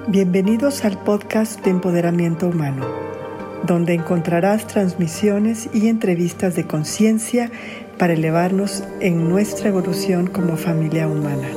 Bienvenidos al podcast de Empoderamiento Humano, donde encontrarás transmisiones y entrevistas de conciencia para elevarnos en nuestra evolución como familia humana.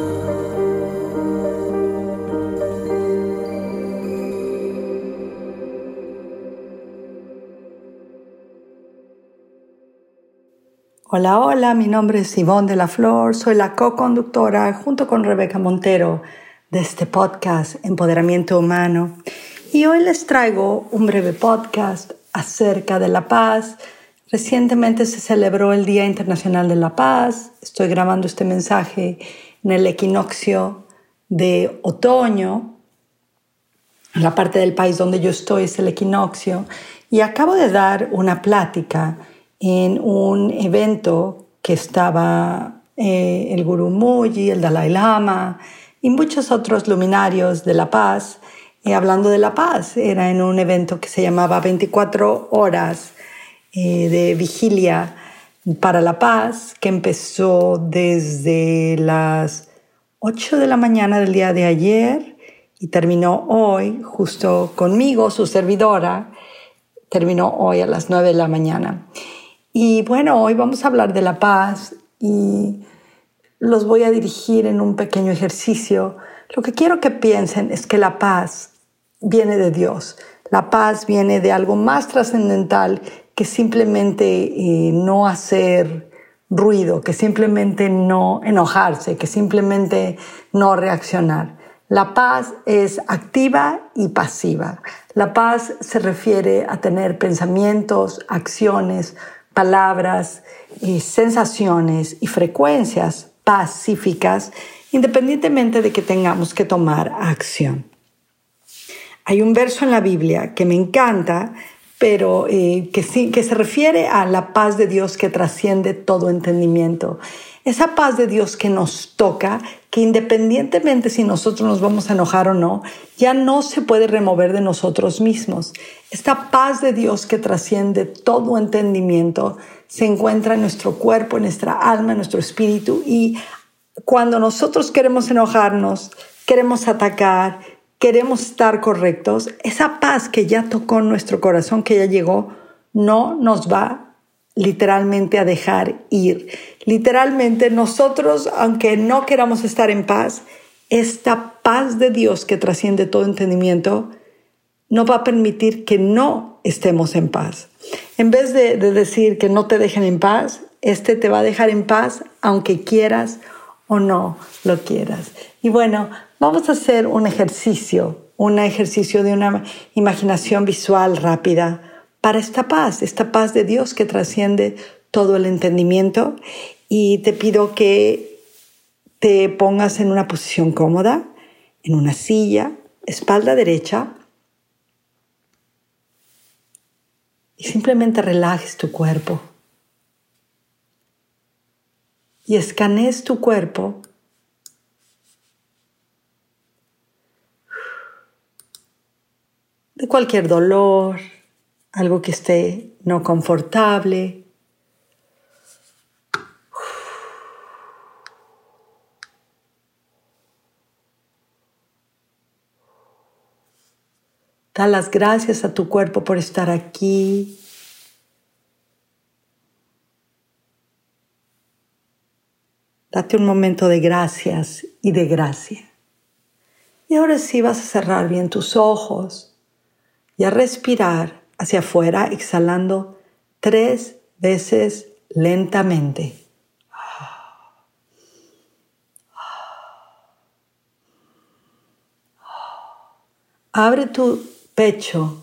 Hola, mi nombre es Ivonne de la Flor, soy la co-conductora junto con Rebeca Montero de este podcast Empoderamiento Humano, y hoy les traigo un breve podcast acerca de la paz. Recientemente se celebró el Día Internacional de la Paz. Estoy grabando este mensaje en el equinoccio de otoño. En la parte del país donde yo estoy es el equinoccio, y acabo de dar una plática en un evento que estaba el Gurú Muji, el Dalai Lama y muchos otros luminarios de la paz, hablando de la paz. Era en un evento que se llamaba 24 horas de vigilia para la paz, que empezó desde las 8 de la mañana del día de ayer y terminó hoy, justo conmigo, su servidora, terminó hoy a las 9 de la mañana. Y bueno, hoy vamos a hablar de la paz y los voy a dirigir en un pequeño ejercicio. Lo que quiero que piensen es que la paz viene de Dios. La paz viene de algo más trascendental que simplemente no hacer ruido, que simplemente no enojarse, que simplemente no reaccionar. La paz es activa y pasiva. La paz se refiere a tener pensamientos, acciones, palabras, sensaciones y frecuencias pacíficas, independientemente de que tengamos que tomar acción. Hay un verso en la Biblia que me encanta, pero que se refiere a la paz de Dios que trasciende todo entendimiento. Esa paz de Dios que nos toca, que independientemente si nosotros nos vamos a enojar o no, ya no se puede remover de nosotros mismos. Esta paz de Dios que trasciende todo entendimiento se encuentra en nuestro cuerpo, en nuestra alma, en nuestro espíritu, y cuando nosotros queremos enojarnos, queremos atacar, queremos estar correctos, esa paz que ya tocó nuestro corazón, que ya llegó, no nos va literalmente a dejar ir. Literalmente nosotros, aunque no queramos estar en paz, esta paz de Dios que trasciende todo entendimiento no va a permitir que no estemos en paz. En vez de decir que no te dejen en paz, te va a dejar en paz aunque quieras o no lo quieras. Y bueno, vamos a hacer un ejercicio de una imaginación visual rápida para esta paz de Dios que trasciende todo el entendimiento. Y te pido que te pongas en una posición cómoda, en una silla, espalda derecha, y simplemente relajes tu cuerpo. Y escanees tu cuerpo de cualquier dolor, algo que esté no confortable. Da las gracias a tu cuerpo por estar aquí. Date un momento de gracias y de gracia. Y ahora sí vas a cerrar bien tus ojos y a respirar hacia afuera, exhalando 3 veces lentamente. Abre tu pecho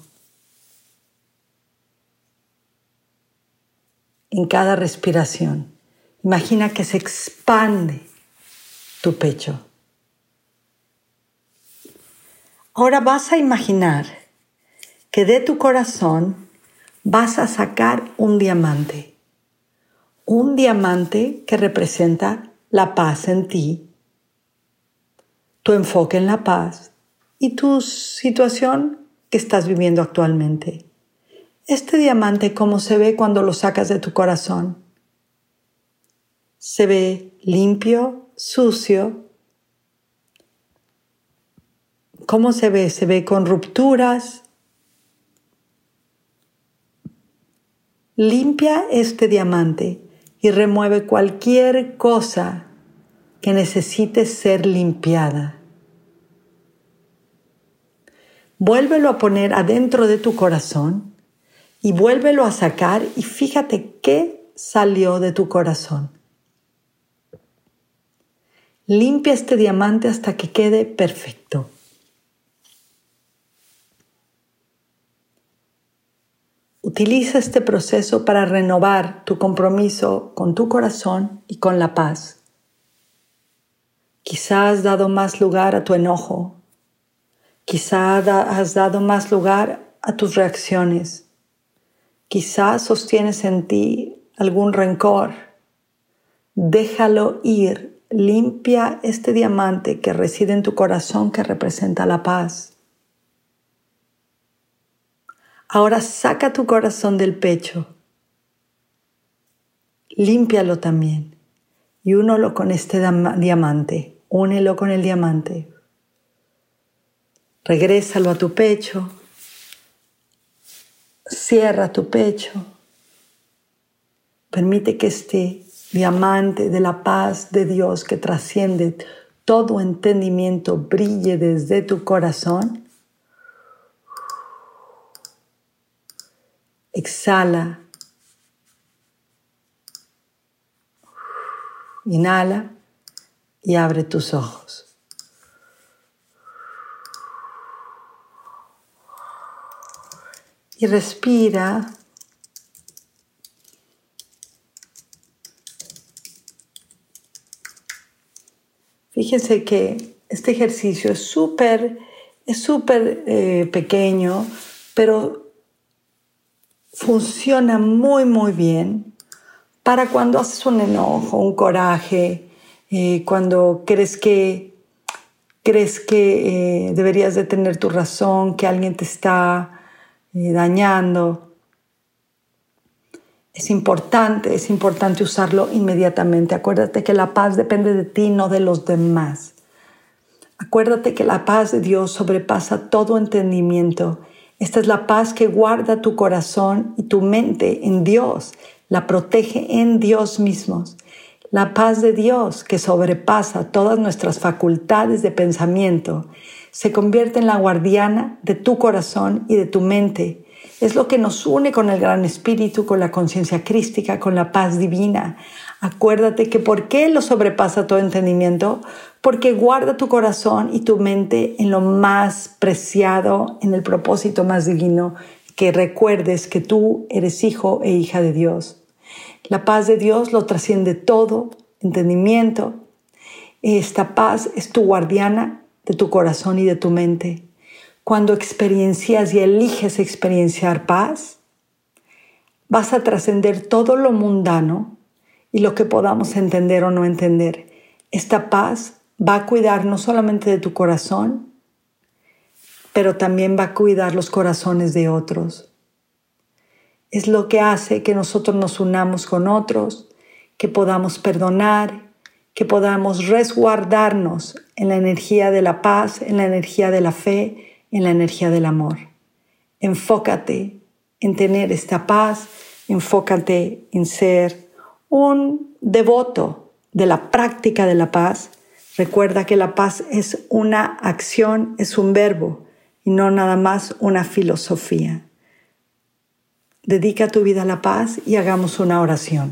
en cada respiración. Imagina que se expande tu pecho. Ahora vas a imaginar que de tu corazón vas a sacar un diamante que representa la paz en ti, tu enfoque en la paz y tu situación que estás viviendo actualmente. Este diamante, ¿cómo se ve cuando lo sacas de tu corazón? Se ve limpio, sucio, ¿Cómo se ve? Se ve con rupturas. Limpia este diamante y remueve cualquier cosa que necesite ser limpiada. Vuélvelo a poner adentro de tu corazón y vuélvelo a sacar y fíjate qué salió de tu corazón. Limpia este diamante hasta que quede perfecto. Utiliza este proceso para renovar tu compromiso con tu corazón y con la paz. Quizás has dado más lugar a tu enojo. Quizás has dado más lugar a tus reacciones. Quizás sostienes en ti algún rencor. Déjalo ir. Limpia este diamante que reside en tu corazón que representa la paz. Ahora saca tu corazón del pecho. Límpialo también y únelo con este diamante. Únelo con el diamante. Regrésalo a tu pecho. Cierra tu pecho. Permite que este diamante de la paz de Dios que trasciende todo entendimiento brille desde tu corazón. Exhala. Inhala y abre tus ojos. Y respira. Fíjense que este ejercicio es súper pequeño, pero funciona muy bien para cuando haces un enojo, un coraje, cuando crees que deberías de tener tu razón, que alguien te está dañando. Es importante usarlo inmediatamente. Acuérdate que la paz depende de ti, no de los demás. Acuérdate que la paz de Dios sobrepasa todo entendimiento. Esta es la paz que guarda tu corazón y tu mente en Dios, la protege en Dios mismo. La paz de Dios que sobrepasa todas nuestras facultades de pensamiento se convierte en la guardiana de tu corazón y de tu mente. Es lo que nos une con el Gran Espíritu, con la conciencia crística, con la paz divina. Acuérdate que ¿por qué lo sobrepasa todo entendimiento? Porque guarda tu corazón y tu mente en lo más preciado, en el propósito más divino, que recuerdes que tú eres hijo e hija de Dios. La paz de Dios lo trasciende todo entendimiento. Esta paz es tu guardiana de tu corazón y de tu mente. Cuando experiencias y eliges experienciar paz, vas a trascender todo lo mundano y lo que podamos entender o no entender. Esta paz va a cuidar no solamente de tu corazón, pero también va a cuidar los corazones de otros. Es lo que hace que nosotros nos unamos con otros, que podamos perdonar, que podamos resguardarnos en la energía de la paz, en la energía de la fe, en la energía del amor. Enfócate en tener esta paz, enfócate en ser un devoto de la práctica de la paz. Recuerda que la paz es una acción, es un verbo y no nada más una filosofía. Dedica tu vida a la paz y hagamos una oración.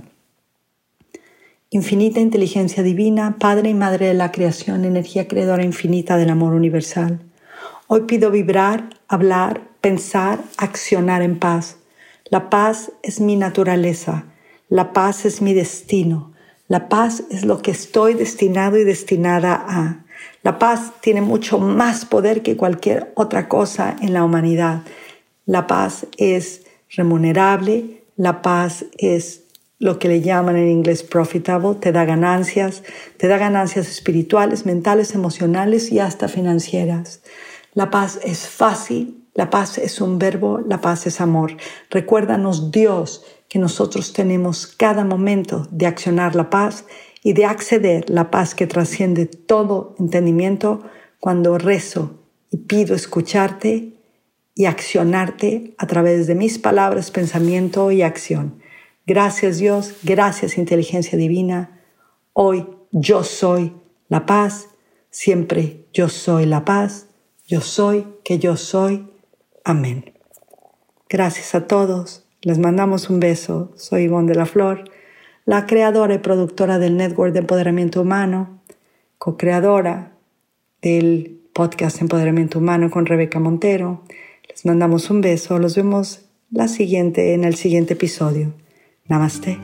Infinita inteligencia divina, Padre y Madre de la creación, energía creadora infinita del amor universal. Hoy pido vibrar, hablar, pensar, accionar en paz. La paz es mi naturaleza. La paz es mi destino. La paz es lo que estoy destinado y destinada a. La paz tiene mucho más poder que cualquier otra cosa en la humanidad. La paz es remunerable. La paz es lo que le llaman en inglés profitable. Te da ganancias espirituales, mentales, emocionales y hasta financieras. La paz es fácil, la paz es un verbo, la paz es amor. Recuérdanos, Dios, que nosotros tenemos cada momento de accionar la paz y de acceder la paz que trasciende todo entendimiento cuando rezo y pido escucharte y accionarte a través de mis palabras, pensamiento y acción. Gracias Dios, gracias inteligencia divina. Hoy yo soy la paz, siempre yo soy la paz, yo soy que yo soy. Amén. Gracias a todos, les mandamos un beso. Soy Ivonne de la Flor, la creadora y productora del Network de Empoderamiento Humano, co-creadora del podcast Empoderamiento Humano con Rebeca Montero. Les mandamos un beso, los vemos en el siguiente episodio. Namaste.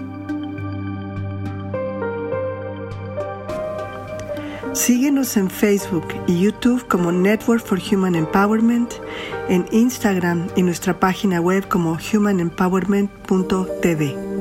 Síguenos en Facebook y YouTube como Network for Human Empowerment, en Instagram y nuestra página web como humanempowerment.tv.